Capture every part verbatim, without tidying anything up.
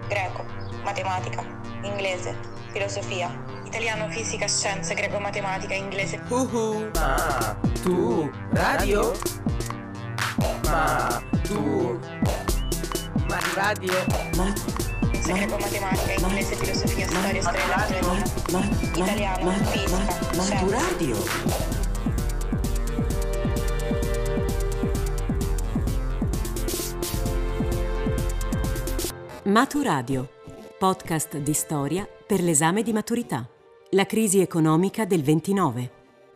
greco, matematica, inglese, filosofia, italiano, fisica, scienze, greco, matematica, inglese. Uhu. Ma tu radio? Ma tu ma radio? Ma greco, matematica, inglese, filosofia, storia, storia, letteratura, italiano, fisica, Ma tu scienze. radio? Maturadio, podcast di storia per l'esame di maturità. La crisi economica del ventinove.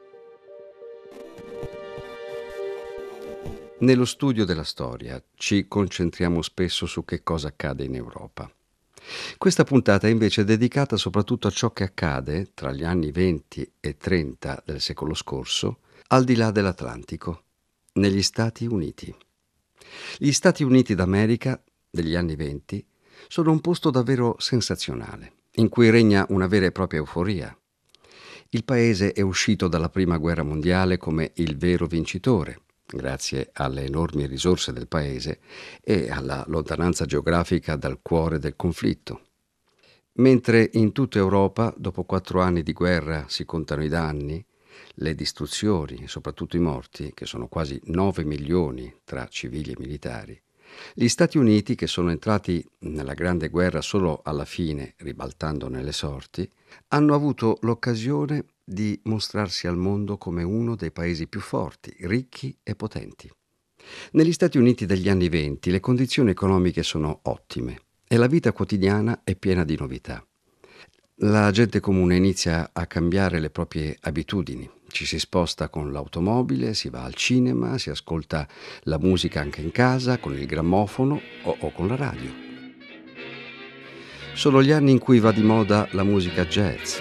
Nello studio della storia ci concentriamo spesso su che cosa accade in Europa. Questa puntata è invece dedicata soprattutto a ciò che accade tra gli anni venti e trenta del secolo scorso, al di là dell'Atlantico, negli Stati Uniti. Gli Stati Uniti d'America degli anni venti sono un posto davvero sensazionale, in cui regna una vera e propria euforia. Il paese è uscito dalla Prima Guerra Mondiale come il vero vincitore, grazie alle enormi risorse del paese e alla lontananza geografica dal cuore del conflitto. Mentre in tutta Europa, dopo quattro anni di guerra, si contano i danni, le distruzioni e soprattutto i morti, che sono quasi nove milioni tra civili e militari, gli Stati Uniti, che sono entrati nella Grande Guerra solo alla fine, ribaltandone le sorti, hanno avuto l'occasione di mostrarsi al mondo come uno dei paesi più forti, ricchi e potenti. Negli Stati Uniti degli anni venti le condizioni economiche sono ottime e la vita quotidiana è piena di novità. La gente comune inizia a cambiare le proprie abitudini. Ci si sposta con l'automobile, si va al cinema, si ascolta la musica anche in casa, con il grammofono o, o con la radio. Sono gli anni in cui va di moda la musica jazz.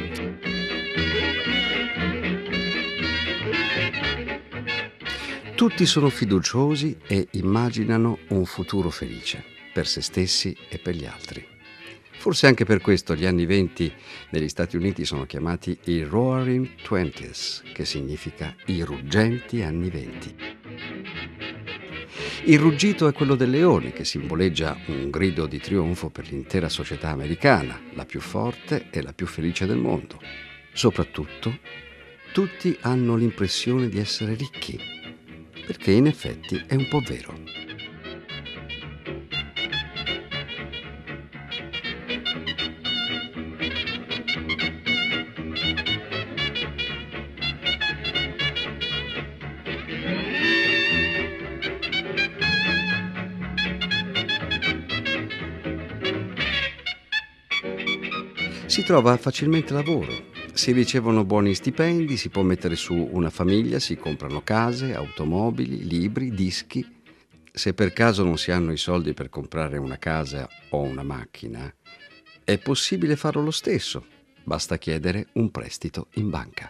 Tutti sono fiduciosi e immaginano un futuro felice per se stessi e per gli altri. Forse anche per questo gli anni venti negli Stati Uniti sono chiamati i Roaring Twenties, che significa i ruggenti anni venti. Il ruggito è quello del leone, che simboleggia un grido di trionfo per l'intera società americana, la più forte e la più felice del mondo. Soprattutto, tutti hanno l'impressione di essere ricchi, perché in effetti è un po' vero. Si trova facilmente lavoro, si ricevono buoni stipendi, si può mettere su una famiglia, si comprano case, automobili, libri, dischi. Se per caso non si hanno i soldi per comprare una casa o una macchina, è possibile farlo lo stesso, basta chiedere un prestito in banca.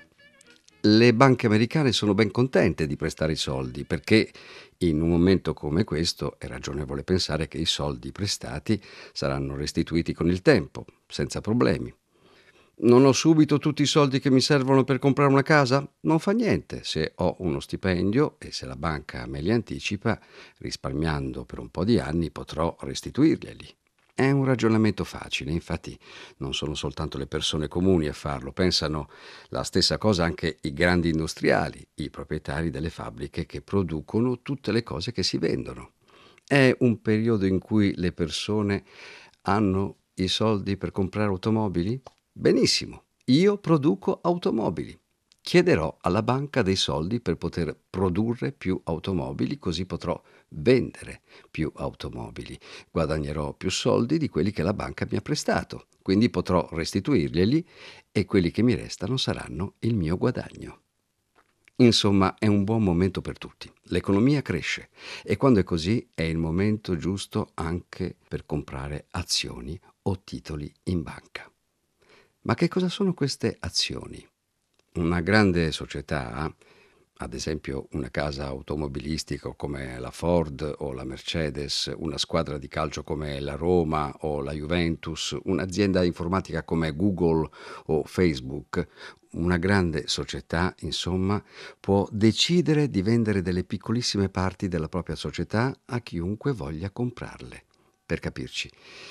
Le banche americane sono ben contente di prestare i soldi perché in un momento come questo è ragionevole pensare che i soldi prestati saranno restituiti con il tempo, senza problemi. Non ho subito tutti i soldi che mi servono per comprare una casa? Non fa niente, se ho uno stipendio e se la banca me li anticipa, risparmiando per un po' di anni potrò restituirglieli. È un ragionamento facile, infatti non sono soltanto le persone comuni a farlo, pensano la stessa cosa anche i grandi industriali, i proprietari delle fabbriche che producono tutte le cose che si vendono. È un periodo in cui le persone hanno i soldi per comprare automobili? Benissimo, io produco automobili. Chiederò alla banca dei soldi per poter produrre più automobili, così potrò vendere più automobili. Guadagnerò più soldi di quelli che la banca mi ha prestato, quindi potrò restituirglieli e quelli che mi restano saranno il mio guadagno. Insomma, è un buon momento per tutti. L'economia cresce e quando è così è il momento giusto anche per comprare azioni o titoli in banca. Ma che cosa sono queste azioni? Una grande società, ad esempio una casa automobilistica come la Ford o la Mercedes, una squadra di calcio come la Roma o la Juventus, un'azienda informatica come Google o Facebook, una grande società, insomma, può decidere di vendere delle piccolissime parti della propria società a chiunque voglia comprarle. Per capirci,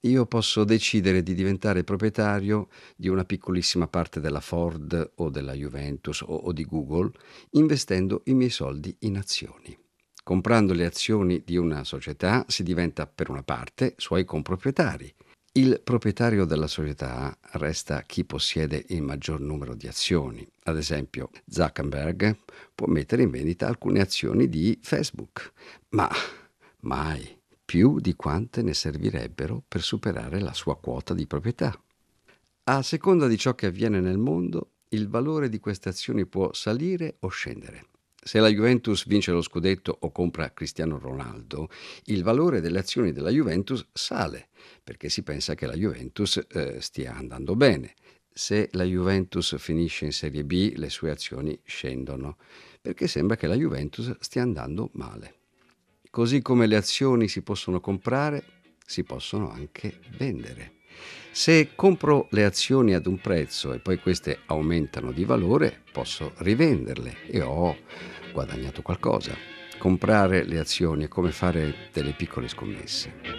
io posso decidere di diventare proprietario di una piccolissima parte della Ford o della Juventus o, o di Google, investendo i miei soldi in azioni. Comprando le azioni di una società si diventa per una parte suoi comproprietari. Il proprietario della società resta chi possiede il maggior numero di azioni. Ad esempio, Zuckerberg può mettere in vendita alcune azioni di Facebook, ma mai più di quante ne servirebbero per superare la sua quota di proprietà. A seconda di ciò che avviene nel mondo, il valore di queste azioni può salire o scendere. Se la Juventus vince lo scudetto o compra Cristiano Ronaldo, il valore delle azioni della Juventus sale, perché si pensa che la Juventus eh, stia andando bene. Se la Juventus finisce in Serie B, le sue azioni scendono, perché sembra che la Juventus stia andando male. Così come le azioni si possono comprare, si possono anche vendere. Se compro le azioni ad un prezzo e poi queste aumentano di valore, posso rivenderle e ho guadagnato qualcosa. Comprare le azioni è come fare delle piccole scommesse.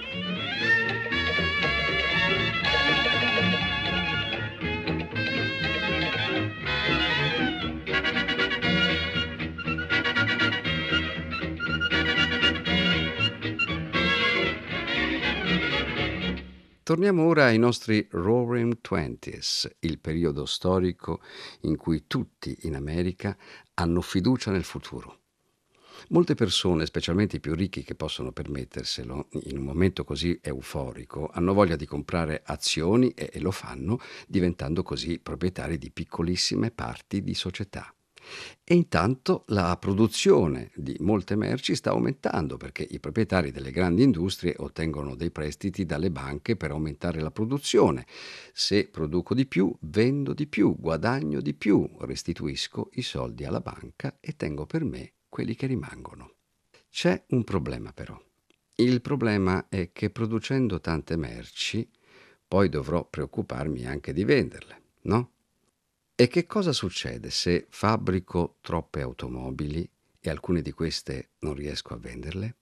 Torniamo ora ai nostri Roaring Twenties, il periodo storico in cui tutti in America hanno fiducia nel futuro. Molte persone, specialmente i più ricchi che possono permetterselo, in un momento così euforico, hanno voglia di comprare azioni e, e lo fanno diventando così proprietari di piccolissime parti di società. E intanto la produzione di molte merci sta aumentando perché i proprietari delle grandi industrie ottengono dei prestiti dalle banche per aumentare la produzione. Se produco di più, vendo di più, guadagno di più, restituisco i soldi alla banca e tengo per me quelli che rimangono. C'è un problema però. Il problema è che producendo tante merci, poi dovrò preoccuparmi anche di venderle, no? E che cosa succede se fabbrico troppe automobili e alcune di queste non riesco a venderle?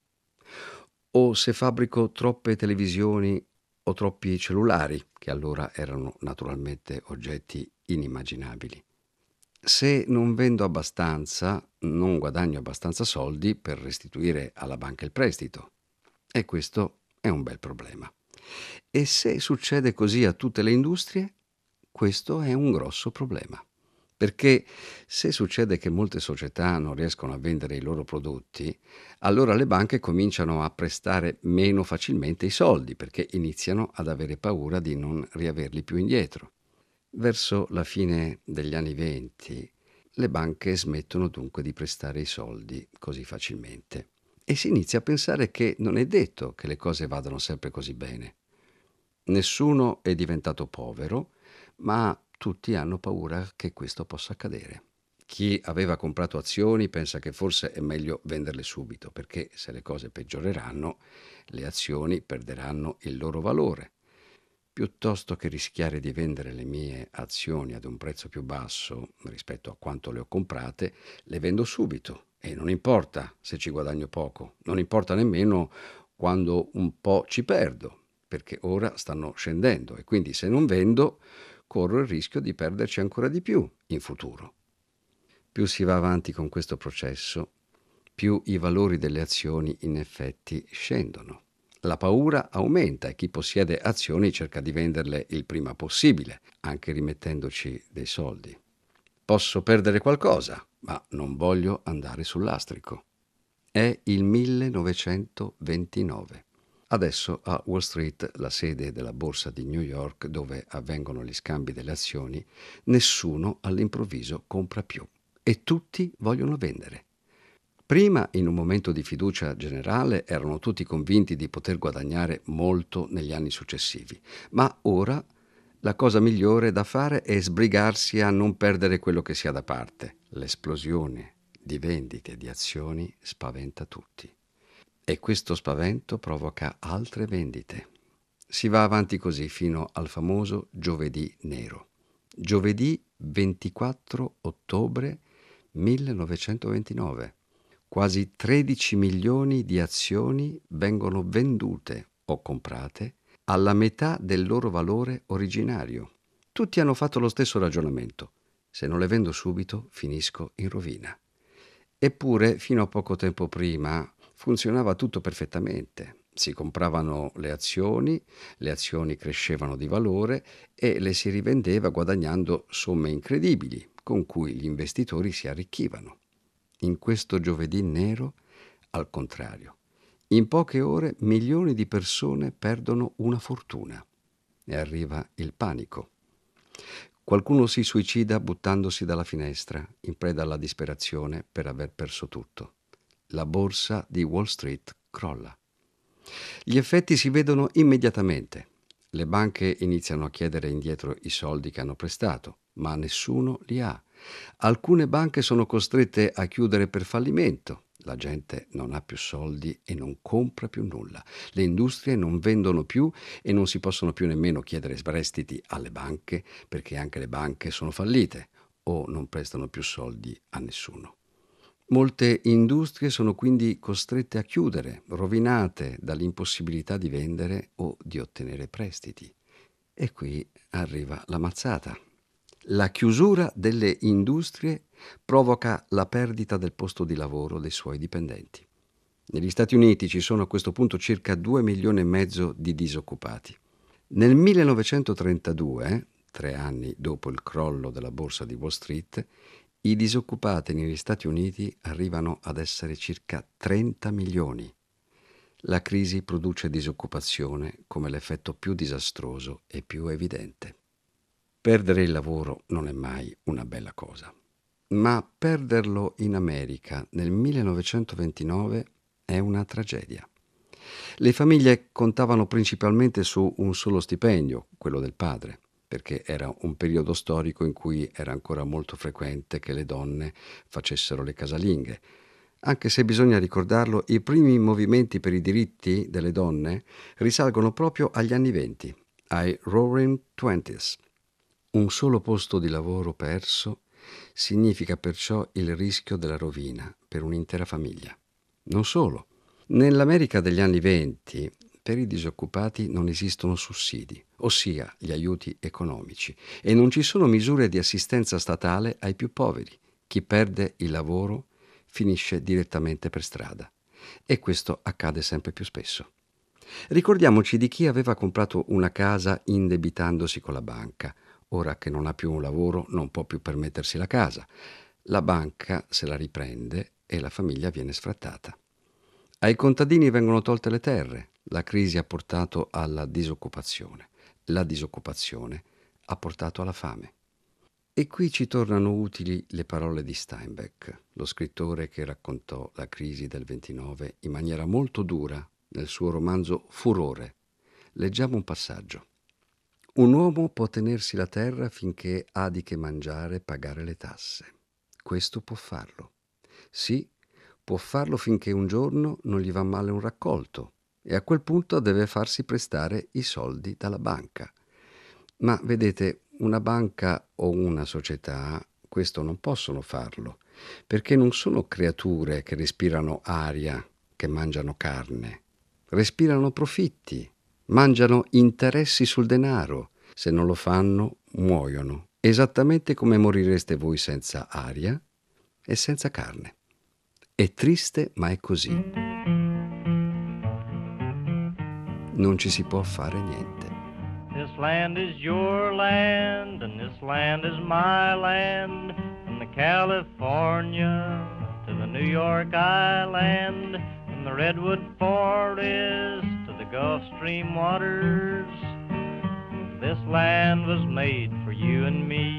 O se fabbrico troppe televisioni o troppi cellulari, che allora erano naturalmente oggetti inimmaginabili? Se non vendo abbastanza, non guadagno abbastanza soldi per restituire alla banca il prestito. E questo è un bel problema. E se succede così a tutte le industrie? Questo è un grosso problema, perché se succede che molte società non riescono a vendere i loro prodotti, allora le banche cominciano a prestare meno facilmente i soldi, perché iniziano ad avere paura di non riaverli più indietro. Verso la fine degli anni venti, le banche smettono dunque di prestare i soldi così facilmente e si inizia a pensare che non è detto che le cose vadano sempre così bene. Nessuno è diventato povero, ma tutti hanno paura che questo possa accadere. Chi aveva comprato azioni pensa che forse è meglio venderle subito, perché se le cose peggioreranno, le azioni perderanno il loro valore. Piuttosto che rischiare di vendere le mie azioni ad un prezzo più basso rispetto a quanto le ho comprate, le vendo subito e non importa se ci guadagno poco, non importa nemmeno quando un po' ci perdo, perché ora stanno scendendo e quindi se non vendo corro il rischio di perderci ancora di più in futuro. Più si va avanti con questo processo, più i valori delle azioni in effetti scendono. La paura aumenta e chi possiede azioni cerca di venderle il prima possibile, anche rimettendoci dei soldi. Posso perdere qualcosa, ma non voglio andare sul lastrico. È il millenovecentoventinove. Adesso a Wall Street, la sede della borsa di New York, dove avvengono gli scambi delle azioni, nessuno all'improvviso compra più e tutti vogliono vendere. Prima, in un momento di fiducia generale, erano tutti convinti di poter guadagnare molto negli anni successivi, ma ora la cosa migliore da fare è sbrigarsi a non perdere quello che si ha da parte. L'esplosione di vendite di azioni spaventa tutti. E questo spavento provoca altre vendite. Si va avanti così fino al famoso giovedì nero. Giovedì ventiquattro ottobre millenovecentoventinove. Quasi tredici milioni di azioni vengono vendute o comprate alla metà del loro valore originario. Tutti hanno fatto lo stesso ragionamento. Se non le vendo subito, finisco in rovina. Eppure, fino a poco tempo prima, funzionava tutto perfettamente. Si compravano le azioni, le azioni crescevano di valore e le si rivendeva guadagnando somme incredibili, con cui gli investitori si arricchivano. In questo giovedì nero, al contrario, in poche ore milioni di persone perdono una fortuna e arriva il panico. Qualcuno si suicida buttandosi dalla finestra, in preda alla disperazione per aver perso tutto. La borsa di Wall Street crolla. Gli effetti si vedono immediatamente. Le banche iniziano a chiedere indietro i soldi che hanno prestato, ma nessuno li ha. Alcune banche sono costrette a chiudere per fallimento. La gente non ha più soldi e non compra più nulla. Le industrie non vendono più e non si possono più nemmeno chiedere prestiti alle banche perché anche le banche sono fallite o non prestano più soldi a nessuno. Molte industrie sono quindi costrette a chiudere, rovinate dall'impossibilità di vendere o di ottenere prestiti. E qui arriva la mazzata. La chiusura delle industrie provoca la perdita del posto di lavoro dei suoi dipendenti. Negli Stati Uniti ci sono a questo punto circa due milioni e mezzo di disoccupati. Nel millenovecentotrentadue, tre anni dopo il crollo della borsa di Wall Street, i disoccupati negli Stati Uniti arrivano ad essere circa trenta milioni. La crisi produce disoccupazione come l'effetto più disastroso e più evidente. Perdere il lavoro non è mai una bella cosa, ma perderlo in America nel millenovecentoventinove è una tragedia. Le famiglie contavano principalmente su un solo stipendio, quello del padre, perché era un periodo storico in cui era ancora molto frequente che le donne facessero le casalinghe. Anche se bisogna ricordarlo, i primi movimenti per i diritti delle donne risalgono proprio agli anni venti, ai Roaring Twenties. Un solo posto di lavoro perso significa perciò il rischio della rovina per un'intera famiglia. Non solo. Nell'America degli anni venti per i disoccupati non esistono sussidi, ossia gli aiuti economici, e non ci sono misure di assistenza statale ai più poveri. Chi perde il lavoro finisce direttamente per strada. E questo accade sempre più spesso. Ricordiamoci di chi aveva comprato una casa indebitandosi con la banca. Ora che non ha più un lavoro non può più permettersi la casa. La banca se la riprende e la famiglia viene sfrattata. Ai contadini vengono tolte le terre. La crisi ha portato alla disoccupazione. La disoccupazione ha portato alla fame. E qui ci tornano utili le parole di Steinbeck, lo scrittore che raccontò la crisi del ventinove in maniera molto dura nel suo romanzo Furore. Leggiamo un passaggio. Un uomo può tenersi la terra finché ha di che mangiare e pagare le tasse. Questo può farlo. Sì, può farlo finché un giorno non gli va male un raccolto e a quel punto deve farsi prestare i soldi dalla banca. Ma vedete, una banca o una società questo non possono farlo, perché non sono creature che respirano aria, che mangiano carne. Respirano profitti. Mangiano interessi sul denaro. Se non lo fanno, muoiono. Esattamente come morireste voi senza aria e senza carne. È triste, ma è così. Non ci si può fare niente. This land is your land, and this land is my land. From the California to the New York Island, from the Redwood Forest to the Gulf Stream waters, this land was made for you and me.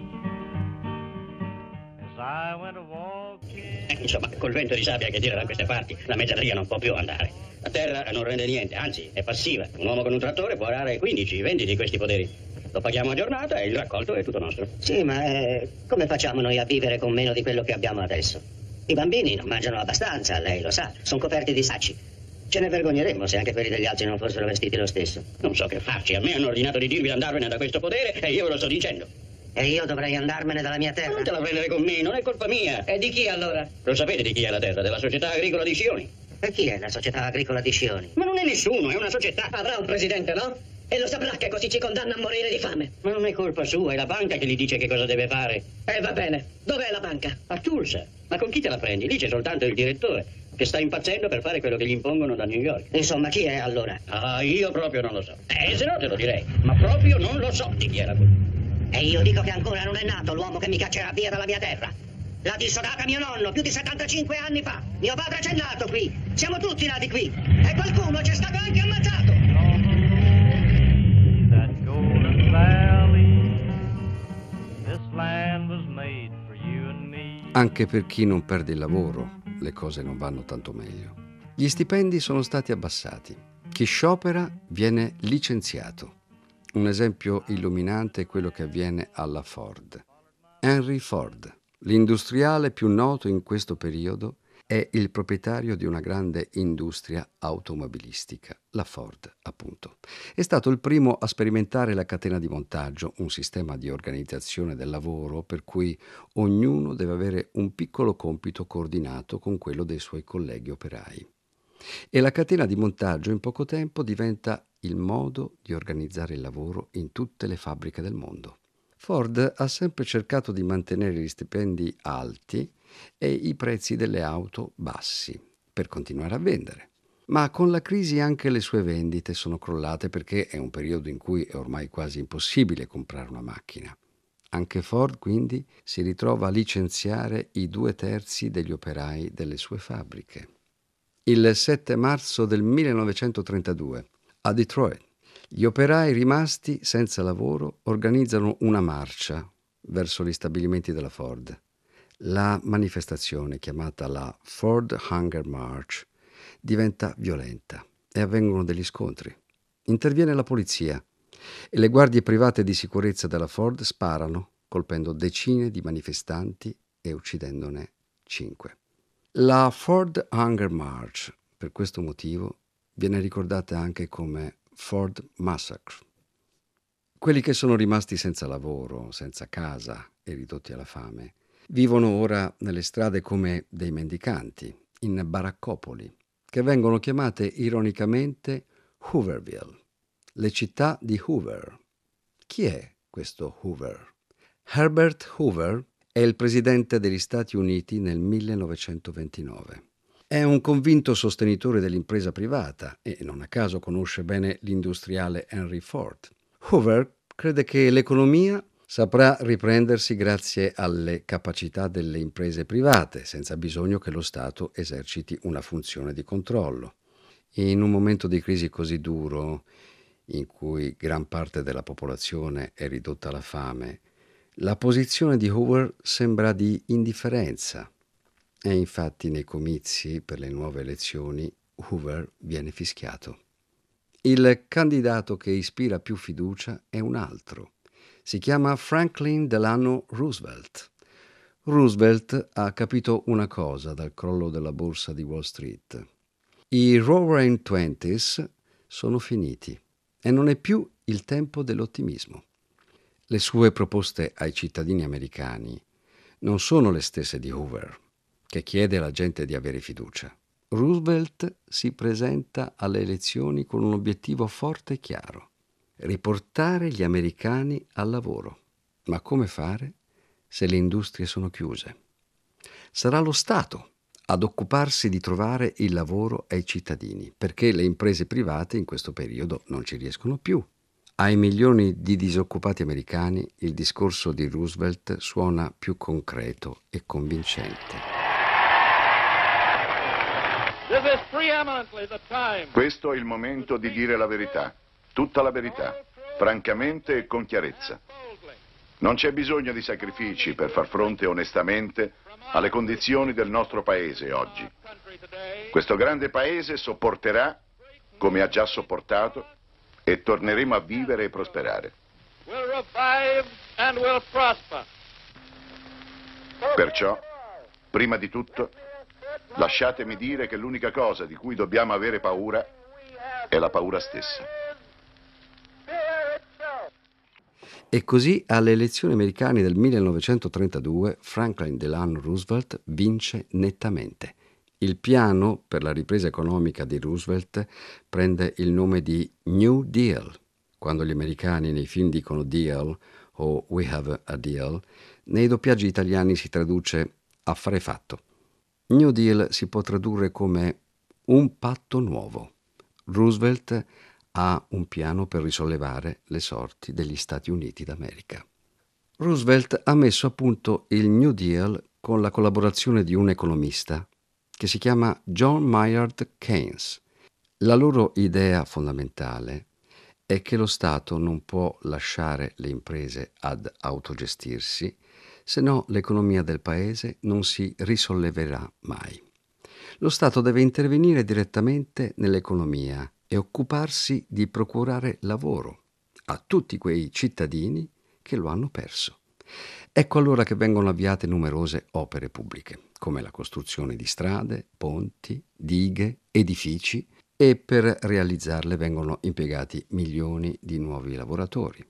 As I went a walking... Insomma, col vento di sabbia che tira da queste parti, la mezzadria non può più andare. La terra non rende niente, anzi è passiva. Un uomo con un trattore può arare quindici venti di questi poderi. Lo paghiamo a giornata e il raccolto è tutto nostro. Sì, ma eh, come facciamo noi a vivere con meno di quello che abbiamo adesso? I bambini non mangiano abbastanza, lei lo sa, sono coperti di sacci. Ce ne vergogneremmo se anche quelli degli altri non fossero vestiti lo stesso. Non so che farci, a me hanno ordinato di dirvi di andarvene da questo podere e io ve lo sto dicendo. E io dovrei andarmene dalla mia terra? Non te la prendere con me, non è colpa mia. E di chi allora? Lo sapete di chi è la terra? Della società agricola di Scioni. E chi è la società agricola di Scioni? Ma non è nessuno, è una società. Avrà un presidente, no? E lo saprà che così ci condanna a morire di fame. Ma non è colpa sua, è la banca che gli dice che cosa deve fare. E va bene. Dov'è la banca? A Tulsa. Ma con chi te la prendi? Lì c'è soltanto il direttore, che sta impazzendo per fare quello che gli impongono da New York. Insomma, chi è allora? Ah, io proprio non lo so. Eh, se no te lo direi. Ma proprio non lo so di chi era quello. E io dico che ancora non è nato l'uomo che mi caccerà via dalla mia terra. L'ha dissodata mio nonno più di settantacinque anni fa. Mio padre c'è nato qui. Siamo tutti nati qui. E qualcuno c'è stato anche ammazzato. That golden valley, this land was made for you and me. Anche per chi non perde il lavoro, le cose non vanno tanto meglio. Gli stipendi sono stati abbassati. Chi sciopera viene licenziato. Un esempio illuminante è quello che avviene alla Ford. Henry Ford, l'industriale più noto in questo periodo, è il proprietario di una grande industria automobilistica, la Ford, appunto. È stato il primo a sperimentare la catena di montaggio, un sistema di organizzazione del lavoro per cui ognuno deve avere un piccolo compito coordinato con quello dei suoi colleghi operai. E la catena di montaggio in poco tempo diventa il modo di organizzare il lavoro in tutte le fabbriche del mondo. Ford ha sempre cercato di mantenere gli stipendi alti e i prezzi delle auto bassi per continuare a vendere. Ma con la crisi anche le sue vendite sono crollate perché è un periodo in cui è ormai quasi impossibile comprare una macchina. Anche Ford quindi si ritrova a licenziare i due terzi degli operai delle sue fabbriche. Il sette marzo del millenovecentotrentadue, a Detroit, gli operai rimasti senza lavoro organizzano una marcia verso gli stabilimenti della Ford. La manifestazione, chiamata la Ford Hunger March, diventa violenta e avvengono degli scontri. Interviene la polizia e le guardie private di sicurezza della Ford sparano, colpendo decine di manifestanti e uccidendone cinque. La Ford Hunger March, per questo motivo, viene ricordata anche come Ford Massacre. Quelli che sono rimasti senza lavoro, senza casa e ridotti alla fame, vivono ora nelle strade come dei mendicanti, in baraccopoli, che vengono chiamate ironicamente Hooverville, le città di Hoover. Chi è questo Hoover? Herbert Hoover è il presidente degli Stati Uniti nel millenovecentoventinove. È un convinto sostenitore dell'impresa privata e non a caso conosce bene l'industriale Henry Ford. Hoover crede che l'economia saprà riprendersi grazie alle capacità delle imprese private, senza bisogno che lo Stato eserciti una funzione di controllo. In un momento di crisi così duro, in cui gran parte della popolazione è ridotta alla fame, la posizione di Hoover sembra di indifferenza. E infatti nei comizi per le nuove elezioni Hoover viene fischiato. Il candidato che ispira più fiducia è un altro. Si chiama Franklin Delano Roosevelt. Roosevelt ha capito una cosa dal crollo della borsa di Wall Street. I Roaring Twenties sono finiti e non è più il tempo dell'ottimismo. Le sue proposte ai cittadini americani non sono le stesse di Hoover, che chiede alla gente di avere fiducia. Roosevelt si presenta alle elezioni con un obiettivo forte e chiaro: riportare gli americani al lavoro. Ma come fare se le industrie sono chiuse? Sarà lo Stato ad occuparsi di trovare il lavoro ai cittadini, perché le imprese private in questo periodo non ci riescono più. Ai milioni di disoccupati americani il discorso di Roosevelt suona più concreto e convincente. Questo è il momento di dire la verità, tutta la verità, francamente e con chiarezza. Non c'è bisogno di sacrifici per far fronte onestamente alle condizioni del nostro paese oggi. Questo grande paese sopporterà, come ha già sopportato, e torneremo a vivere e prosperare. Perciò, prima di tutto, lasciatemi dire che l'unica cosa di cui dobbiamo avere paura è la paura stessa. E così alle elezioni americane del millenovecentotrentadue Franklin Delano Roosevelt vince nettamente. Il piano per la ripresa economica di Roosevelt prende il nome di New Deal. Quando gli americani nei film dicono deal o we have a deal, nei doppiaggi italiani si traduce affare fatto. New Deal si può tradurre come un patto nuovo. Roosevelt ha un piano per risollevare le sorti degli Stati Uniti d'America. Roosevelt ha messo a punto il New Deal con la collaborazione di un economista che si chiama John Maynard Keynes. La loro idea fondamentale è che lo Stato non può lasciare le imprese ad autogestirsi, se no l'economia del paese non si risolleverà mai. Lo Stato deve intervenire direttamente nell'economia e occuparsi di procurare lavoro a tutti quei cittadini che lo hanno perso. Ecco allora che vengono avviate numerose opere pubbliche, come la costruzione di strade, ponti, dighe, edifici, e per realizzarle vengono impiegati milioni di nuovi lavoratori.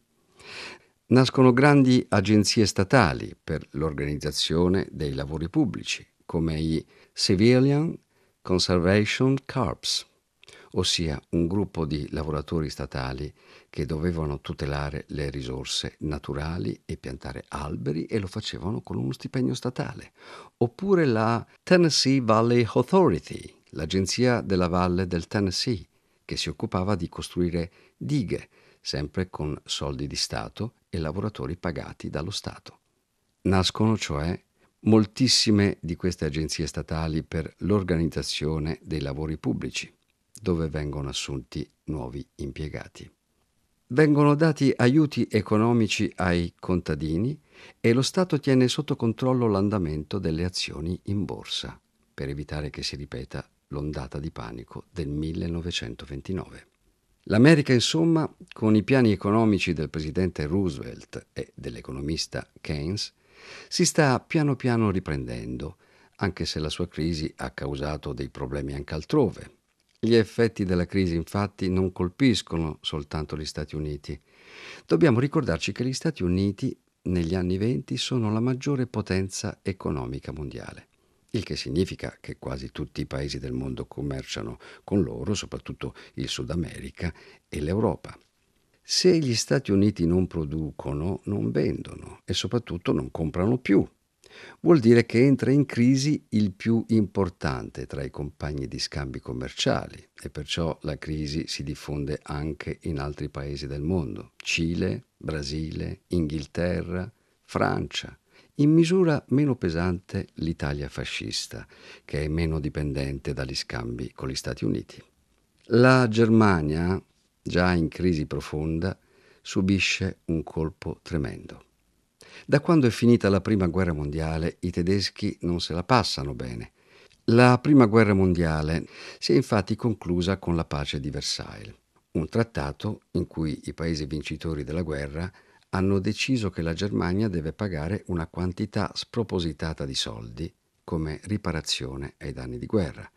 Nascono grandi agenzie statali per l'organizzazione dei lavori pubblici, come i Civilian Conservation Corps, ossia un gruppo di lavoratori statali che dovevano tutelare le risorse naturali e piantare alberi, e lo facevano con uno stipendio statale. Oppure la Tennessee Valley Authority, l'agenzia della valle del Tennessee, che si occupava di costruire dighe, sempre con soldi di Stato e lavoratori pagati dallo Stato. Nascono cioè moltissime di queste agenzie statali per l'organizzazione dei lavori pubblici, dove vengono assunti nuovi impiegati. Vengono dati aiuti economici ai contadini e lo Stato tiene sotto controllo l'andamento delle azioni in borsa, per evitare che si ripeta l'ondata di panico del millenovecentoventinove. L'America, insomma, con i piani economici del presidente Roosevelt e dell'economista Keynes, si sta piano piano riprendendo, anche se la sua crisi ha causato dei problemi anche altrove. Gli effetti della crisi, infatti, non colpiscono soltanto gli Stati Uniti. Dobbiamo ricordarci che gli Stati Uniti negli anni venti sono la maggiore potenza economica mondiale, il che significa che quasi tutti i paesi del mondo commerciano con loro, soprattutto il Sud America e l'Europa. Se gli Stati Uniti non producono, non vendono e soprattutto non comprano più. Vuol dire che entra in crisi il più importante tra i compagni di scambi commerciali, e perciò la crisi si diffonde anche in altri paesi del mondo: Cile, Brasile, Inghilterra, Francia. In misura meno pesante l'Italia fascista, che è meno dipendente dagli scambi con gli Stati Uniti. La Germania, già in crisi profonda, subisce un colpo tremendo. Da quando è finita la Prima Guerra Mondiale, i tedeschi non se la passano bene. La Prima Guerra Mondiale si è infatti conclusa con la pace di Versailles, un trattato in cui i paesi vincitori della guerra hanno deciso che la Germania deve pagare una quantità spropositata di soldi come riparazione ai danni di guerra: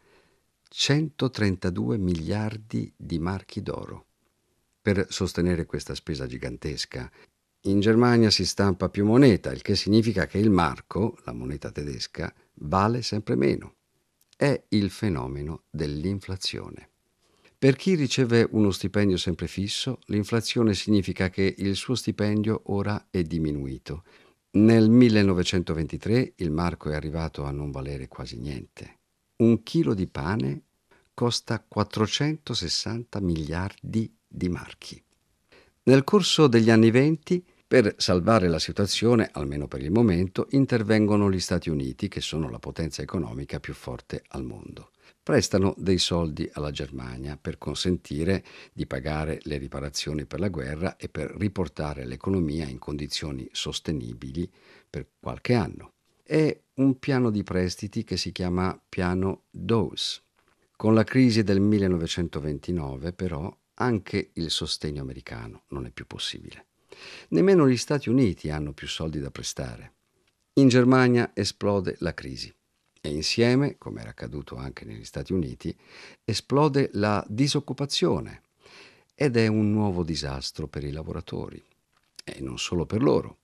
centotrentadue miliardi di marchi d'oro. Per sostenere questa spesa gigantesca, in Germania si stampa più moneta, il che significa che il marco, la moneta tedesca, vale sempre meno. È il fenomeno dell'inflazione. Per chi riceve uno stipendio sempre fisso, l'inflazione significa che il suo stipendio ora è diminuito. Nel millenovecentoventitré il marco è arrivato a non valere quasi niente. Un chilo di pane costa quattrocentosessanta miliardi di marchi. Nel corso degli anni venti, per salvare la situazione, almeno per il momento, intervengono gli Stati Uniti, che sono la potenza economica più forte al mondo. Prestano dei soldi alla Germania per consentire di pagare le riparazioni per la guerra e per riportare l'economia in condizioni sostenibili per qualche anno. È un piano di prestiti che si chiama piano Dawes. Con la crisi del millenovecentoventinove, però, anche il sostegno americano non è più possibile. Nemmeno gli Stati Uniti hanno più soldi da prestare. In Germania esplode la crisi e insieme, come era accaduto anche negli Stati Uniti, esplode la disoccupazione ed è un nuovo disastro per i lavoratori. E non solo per loro.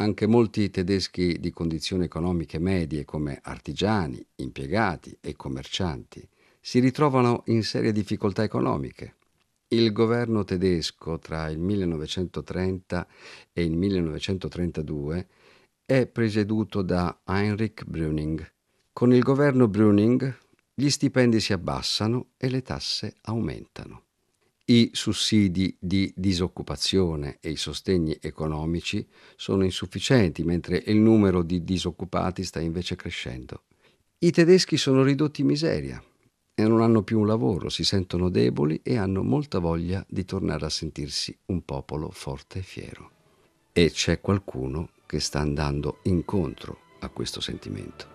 Anche molti tedeschi di condizioni economiche medie, come artigiani, impiegati e commercianti, si ritrovano in serie difficoltà economiche. Il governo tedesco tra il millenovecentotrenta e il millenovecentotrentadue è presieduto da Heinrich Brüning. Con il governo Brüning gli stipendi si abbassano e le tasse aumentano. I sussidi di disoccupazione e i sostegni economici sono insufficienti, mentre il numero di disoccupati sta invece crescendo. I tedeschi sono ridotti in miseria e non hanno più un lavoro, si sentono deboli e hanno molta voglia di tornare a sentirsi un popolo forte e fiero. E c'è qualcuno che sta andando incontro a questo sentimento.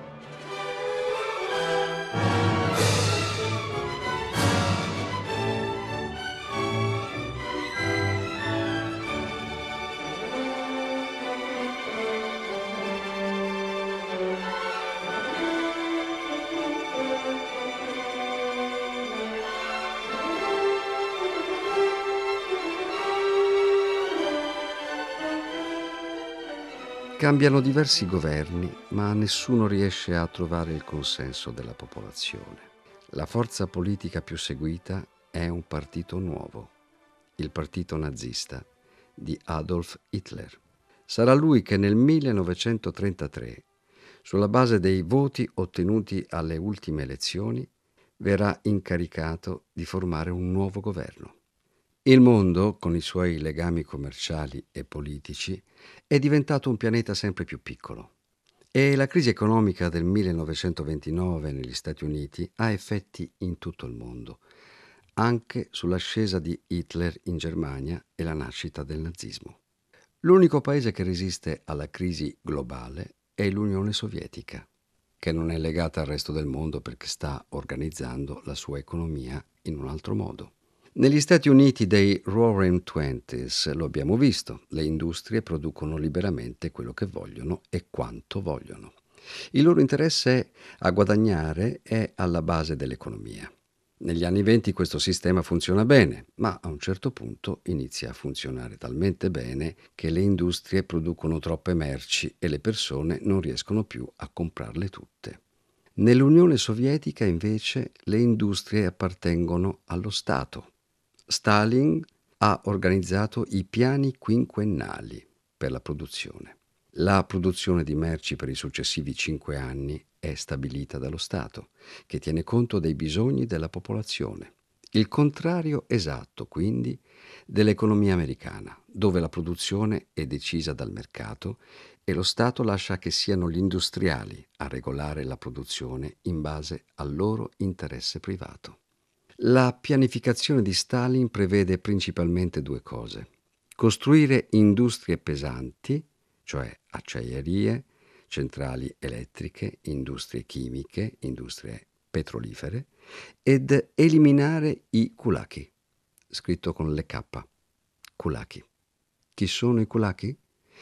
Cambiano diversi governi, ma nessuno riesce a trovare il consenso della popolazione. La forza politica più seguita è un partito nuovo, il partito nazista di Adolf Hitler. Sarà lui che nel millenovecentotrentatré, sulla base dei voti ottenuti alle ultime elezioni, verrà incaricato di formare un nuovo governo. Il mondo, con i suoi legami commerciali e politici, è diventato un pianeta sempre più piccolo e la crisi economica del millenovecentoventinove negli Stati Uniti ha effetti in tutto il mondo, anche sull'ascesa di Hitler in Germania e la nascita del nazismo. L'unico paese che resiste alla crisi globale è l'Unione Sovietica, che non è legata al resto del mondo perché sta organizzando la sua economia in un altro modo. Negli Stati Uniti dei Roaring Twenties lo abbiamo visto, le industrie producono liberamente quello che vogliono e quanto vogliono. Il loro interesse a guadagnare è alla base dell'economia. Negli anni venti questo sistema funziona bene, ma a un certo punto inizia a funzionare talmente bene che le industrie producono troppe merci e le persone non riescono più a comprarle tutte. Nell'Unione Sovietica invece le industrie appartengono allo Stato. Stalin ha organizzato i piani quinquennali per la produzione. La produzione di merci per i successivi cinque anni è stabilita dallo Stato, che tiene conto dei bisogni della popolazione. Il contrario esatto, quindi, dell'economia americana, dove la produzione è decisa dal mercato e lo Stato lascia che siano gli industriali a regolare la produzione in base al loro interesse privato. La pianificazione di Stalin prevede principalmente due cose: costruire industrie pesanti, cioè acciaierie, centrali elettriche, industrie chimiche, industrie petrolifere, ed eliminare i kulaki, scritto con le K, kulaki. Chi sono i kulaki?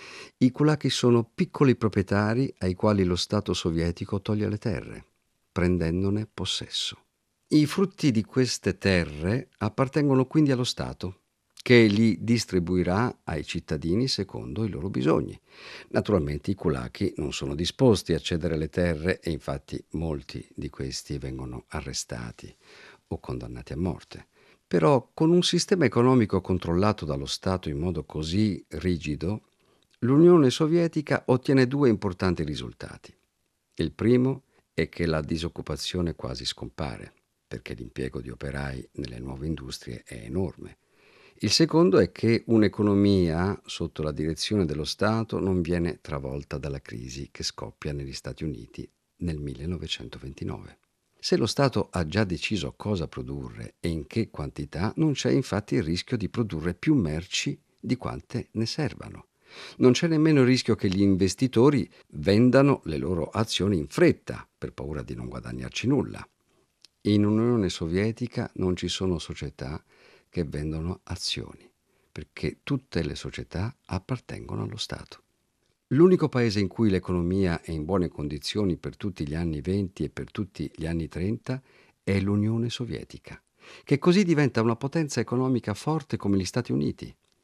I kulaki sono piccoli proprietari ai quali lo Stato sovietico toglie le terre, prendendone possesso. I frutti di queste terre appartengono quindi allo Stato, che li distribuirà ai cittadini secondo i loro bisogni. Naturalmente i kulaki non sono disposti a cedere le terre e infatti molti di questi vengono arrestati o condannati a morte. Però con un sistema economico controllato dallo Stato in modo così rigido, l'Unione Sovietica ottiene due importanti risultati. Il primo è che la disoccupazione quasi scompare, perché l'impiego di operai nelle nuove industrie è enorme. Il secondo è che un'economia sotto la direzione dello Stato non viene travolta dalla crisi che scoppia negli Stati Uniti nel millenovecentoventinove. Se lo Stato ha già deciso cosa produrre e in che quantità, non c'è infatti il rischio di produrre più merci di quante ne servano. Non c'è nemmeno il rischio che gli investitori vendano le loro azioni in fretta per paura di non guadagnarci nulla. In Unione Sovietica non ci sono società che vendono azioni, perché tutte le società appartengono allo Stato. L'unico paese in cui l'economia è in buone condizioni per tutti gli anni venti e per tutti gli anni trenta è l'Unione Sovietica, che così diventa una potenza economica forte come gli Stati Uniti.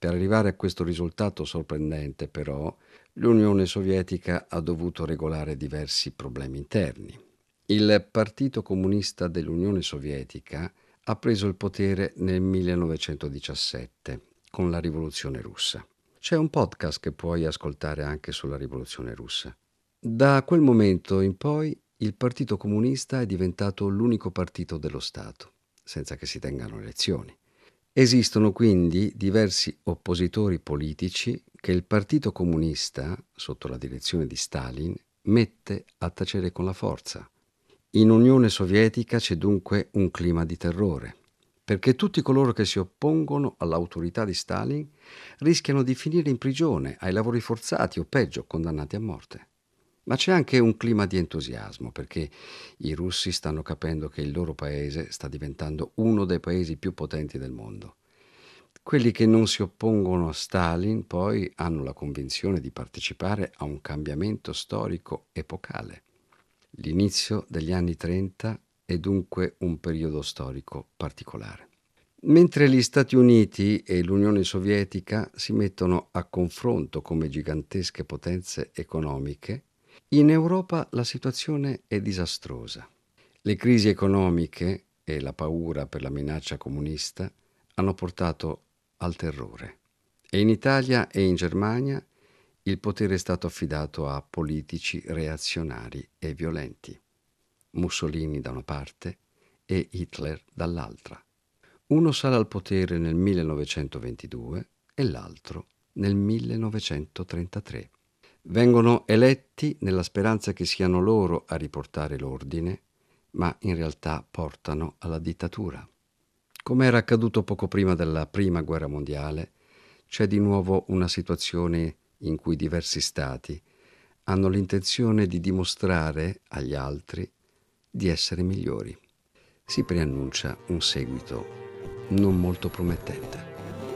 Per arrivare a questo risultato sorprendente, però, l'Unione Sovietica ha dovuto regolare diversi problemi interni. Il Partito Comunista dell'Unione Sovietica ha preso il potere nel millenovecentodiciassette con la Rivoluzione Russa. C'è un podcast che puoi ascoltare anche sulla Rivoluzione Russa. Da quel momento in poi il Partito Comunista è diventato l'unico partito dello Stato, senza che si tengano elezioni. Esistono quindi diversi oppositori politici che il Partito Comunista, sotto la direzione di Stalin, mette a tacere con la forza. In Unione Sovietica c'è dunque un clima di terrore, perché tutti coloro che si oppongono all'autorità di Stalin rischiano di finire in prigione, ai lavori forzati o peggio, condannati a morte. Ma c'è anche un clima di entusiasmo, perché i russi stanno capendo che il loro paese sta diventando uno dei paesi più potenti del mondo. Quelli che non si oppongono a Stalin poi hanno la convinzione di partecipare a un cambiamento storico epocale. L'inizio degli anni trenta è dunque un periodo storico particolare. Mentre gli Stati Uniti e l'Unione Sovietica si mettono a confronto come gigantesche potenze economiche, in Europa la situazione è disastrosa. Le crisi economiche e la paura per la minaccia comunista hanno portato al terrore. E in Italia e in Germania il potere è stato affidato a politici reazionari e violenti. Mussolini da una parte e Hitler dall'altra. Uno sale al potere nel millenovecentoventidue e l'altro nel millenovecentotrentatré. Vengono eletti nella speranza che siano loro a riportare l'ordine, ma in realtà portano alla dittatura. Come era accaduto poco prima della Prima Guerra Mondiale, c'è di nuovo una situazione in cui diversi stati hanno l'intenzione di dimostrare agli altri di essere migliori. Si preannuncia un seguito non molto promettente.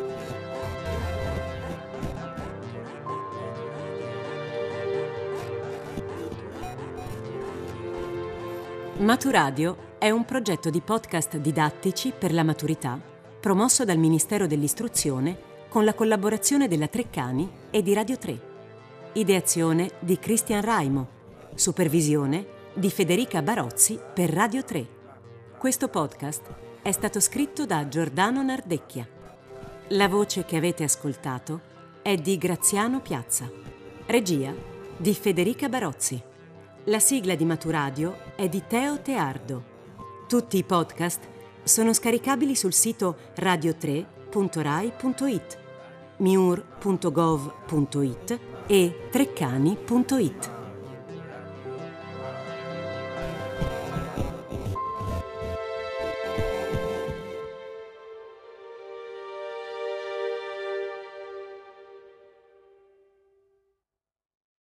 Maturadio è un progetto di podcast didattici per la maturità promosso dal Ministero dell'Istruzione con la collaborazione della Treccani e di Radio tre. Ideazione di Cristian Raimo. Supervisione di Federica Barozzi per Radio tre. Questo podcast è stato scritto da Giordano Nardecchia. La voce che avete ascoltato è di Graziano Piazza. Regia di Federica Barozzi. La sigla di Maturadio è di Teo Teardo. Tutti i podcast sono scaricabili sul sito radio tre punto rai punto it, miur punto gov punto it e treccani punto it.